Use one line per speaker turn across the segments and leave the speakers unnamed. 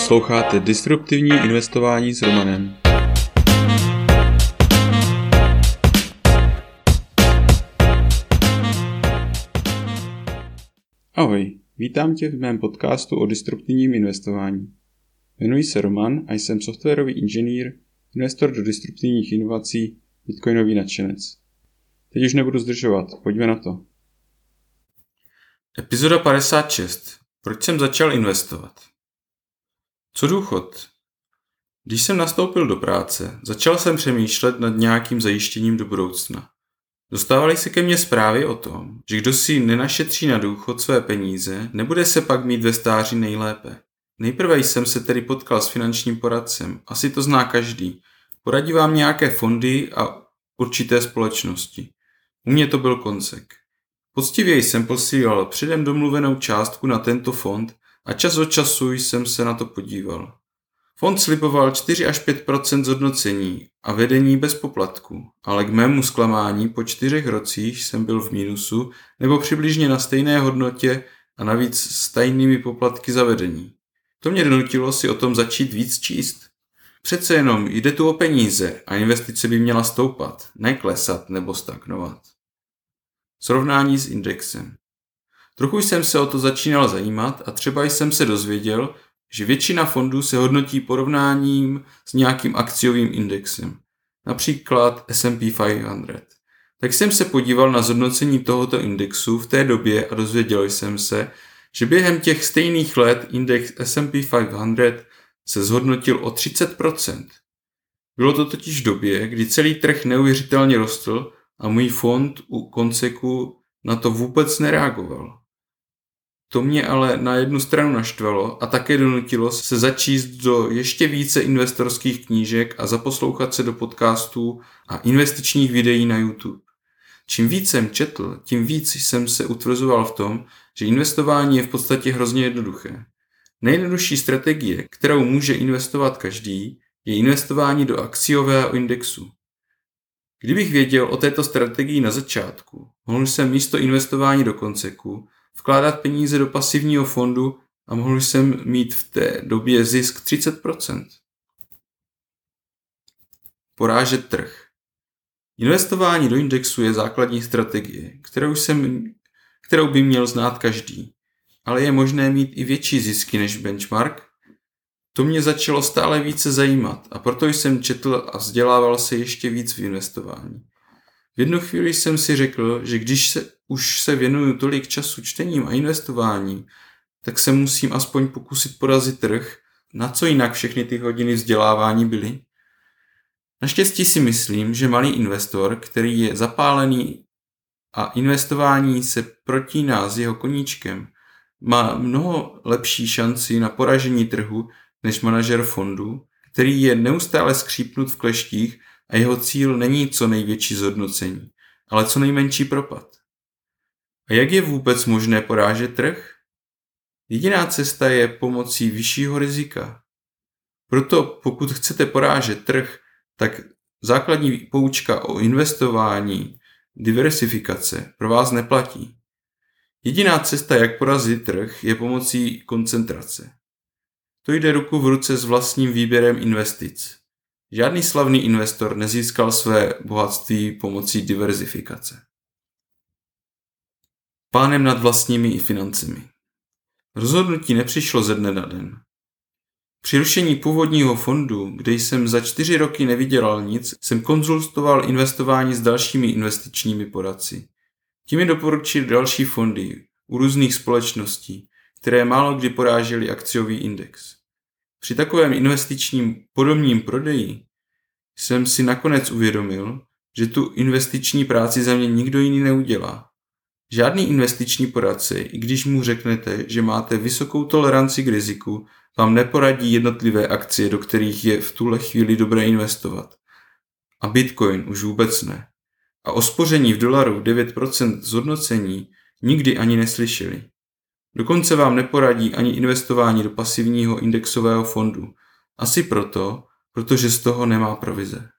Posloucháte Disruptivní investování s Romanem. Ahoj, vítám tě v mém podcastu o disruptivním investování. Jmenuji se Roman a jsem softwarový inženýr, investor do disruptivních inovací, bitcoinový nadšenec. Teď už nebudu zdržovat, pojďme na to.
Epizoda 56. Proč jsem začal investovat? Co důchod? Když jsem nastoupil do práce, začal jsem přemýšlet nad nějakým zajištěním do budoucna. Dostávaly se ke mně zprávy o tom, že kdo si nenašetří na důchod své peníze, nebude se pak mít ve stáří nejlépe. Nejprve jsem se tedy potkal s finančním poradcem, asi to zná každý. Poradí vám nějaké fondy a určité společnosti. U mě to byl Koncek. Poctivě jsem posílal předem domluvenou částku na tento fond a čas od času jsem se na to podíval. Fond sliboval 4 až 5% zhodnocení a vedení bez poplatku, ale k mému zklamání po 4 rocích jsem byl v mínusu nebo přibližně na stejné hodnotě a navíc s tajnými poplatky za vedení. To mě donutilo si o tom začít víc číst. Přece jenom jde tu o peníze a investice by měla stoupat, ne klesat nebo stagnovat. Srovnání s indexem. Trochu jsem se o to začínal zajímat a třeba jsem se dozvěděl, že většina fondů se hodnotí porovnáním s nějakým akciovým indexem, například S&P 500. Tak jsem se podíval na zhodnocení tohoto indexu v té době a dozvěděl jsem se, že během těch stejných let index S&P 500 se zhodnotil o 30%. Bylo to totiž v době, kdy celý trh neuvěřitelně rostl a můj fond u Konceku na to vůbec nereagoval. To mě ale na jednu stranu naštvalo a také donutilo se začíst do ještě více investorských knížek a zaposlouchat se do podcastů a investičních videí na YouTube. Čím víc jsem četl, tím víc jsem se utvrzoval v tom, že investování je v podstatě hrozně jednoduché. Nejjednodušší strategie, kterou může investovat každý, je investování do akciového indexu. Kdybych věděl o této strategii na začátku, mohl jsem místo investování do Konceku vkládat peníze do pasivního fondu a mohl jsem mít v té době zisk 30%. Porážet trh. Investování do indexu je základní strategie, kterou by měl znát každý, ale je možné mít i větší zisky než benchmark. To mě začalo stále více zajímat a proto jsem četl a vzdělával se ještě víc v investování. V jednu chvíli jsem si řekl, že když už se věnuju tolik času čtením a investování, tak se musím aspoň pokusit porazit trh, na co jinak všechny ty hodiny vzdělávání byly. Naštěstí si myslím, že malý investor, který je zapálený a investování se protíná s jeho koníčkem, má mnoho lepší šanci na poražení trhu než manažer fondu, který je neustále skřípnut v kleštích a jeho cíl není co největší zhodnocení, ale co nejmenší propad. A jak je vůbec možné porážet trh? Jediná cesta je pomocí vyššího rizika. Proto pokud chcete porážet trh, tak základní poučka o investování, diversifikace pro vás neplatí. Jediná cesta, jak porazit trh, je pomocí koncentrace. To jde ruku v ruce s vlastním výběrem investic. Žádný slavný investor nezískal své bohatství pomocí diverzifikace. Pánem nad vlastními i financemi. Rozhodnutí nepřišlo ze dne na den. Při rušení původního fondu, kde jsem za 4 roky nevydělal nic, jsem konzultoval investování s dalšími investičními poradci. Ti mi doporučili další fondy u různých společností, které málo kdy porážely akciový index. Při takovém investičním podomním prodeji jsem si nakonec uvědomil, že tu investiční práci za mě nikdo jiný neudělá. Žádný investiční poradce, i když mu řeknete, že máte vysokou toleranci k riziku, vám neporadí jednotlivé akcie, do kterých je v tuhle chvíli dobré investovat. A Bitcoin už vůbec ne. A o spoření v dolaru 9% zhodnocení nikdy ani neslyšeli. Dokonce vám neporadí ani investování do pasivního indexového fondu. Asi protože z toho nemá provize.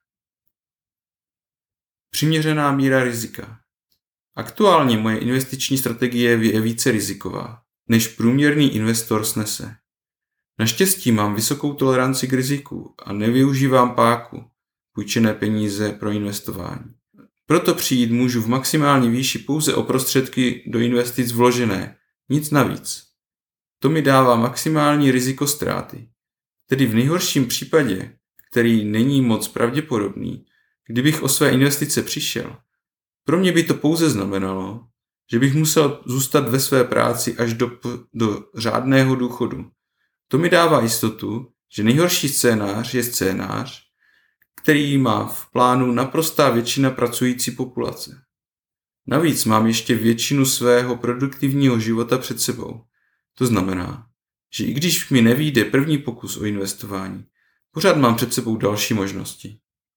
Přiměřená míra rizika. Aktuálně moje investiční strategie je více riziková, než průměrný investor snese. Naštěstí mám vysokou toleranci k riziku a nevyužívám páku, půjčené peníze pro investování. Proto přijít můžu v maximální výši pouze o prostředky do investic vložené, nic navíc. To mi dává maximální riziko ztráty. Tedy v nejhorším případě, který není moc pravděpodobný, kdybych o své investice přišel, pro mě by to pouze znamenalo, že bych musel zůstat ve své práci až do řádného důchodu. To mi dává jistotu, že nejhorší scénář je scénář, který má v plánu naprostá většina pracující populace. Navíc mám ještě většinu svého produktivního života před sebou. To znamená, že i když mi nevyjde první pokus o investování, pořád mám před sebou další možnosti.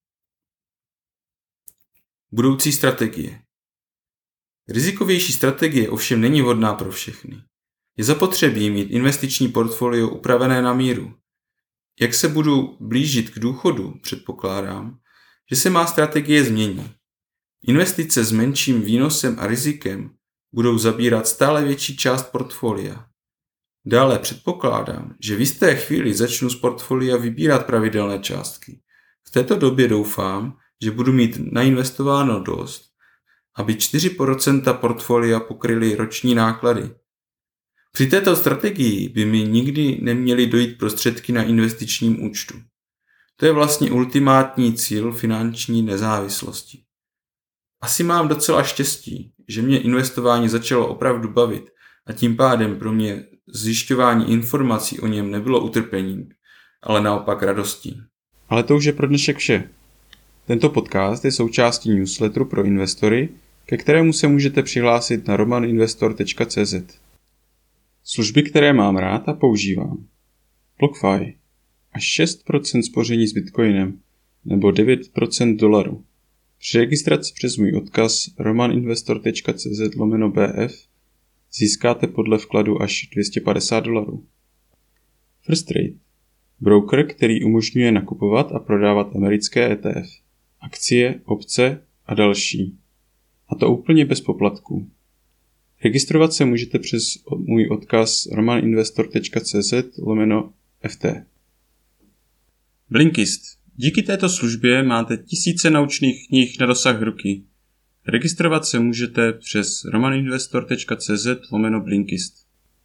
Budoucí strategie. Rizikovější strategie ovšem není vhodná pro všechny. Je zapotřebí mít investiční portfolio upravené na míru. Jak se budu blížit k důchodu, předpokládám, že se má strategie změní. Investice s menším výnosem a rizikem budou zabírat stále větší část portfolia. Dále předpokládám, že v jisté chvíli začnu z portfolia vybírat pravidelné částky. V této době doufám, že budu mít nainvestováno dost, aby 4% portfolia pokryly roční náklady. Při této strategii by mi nikdy neměly dojít prostředky na investičním účtu. To je vlastně ultimátní cíl finanční nezávislosti. Asi mám docela štěstí, že mě investování začalo opravdu bavit a tím pádem pro mě zjišťování informací o něm nebylo utrpením, ale naopak radostí.
Ale to už je pro dnešek vše. Tento podcast je součástí newsletteru pro investory, ke kterému se můžete přihlásit na romaninvestor.cz. Služby, které mám rád a používám. BlockFi. Až 6% spoření s Bitcoinem nebo 9% dolaru. Při registraci přes můj odkaz romaninvestor.cz/bf získáte podle vkladu až $250. First Trade. Broker, který umožňuje nakupovat a prodávat americké ETF, akcie, opce a další. A to úplně bez poplatků. Registrovat se můžete přes můj odkaz romaninvestor.cz/ft. Blinkist. Díky této službě máte tisíce naučných knih na dosah ruky. Registrovat se můžete přes romaninvestor.cz/blinkist.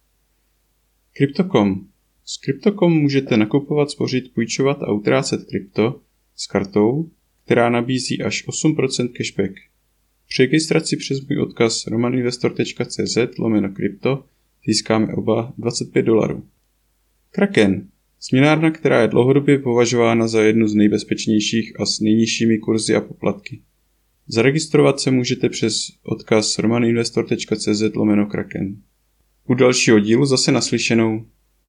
Crypto.com. S Crypto.com můžete nakupovat, spořit, půjčovat a utrácet krypto s kartou, která nabízí až 8% cashback. Při registraci přes můj odkaz romaninvestor.cz/krypto získáme oba $25. Kraken. Směnárna, která je dlouhodobě považována za jednu z nejbezpečnějších a s nejnižšími kurzy a poplatky. Zaregistrovat se můžete přes odkaz romaninvestor.cz/kraken. U dalšího dílu zase naslyšenou.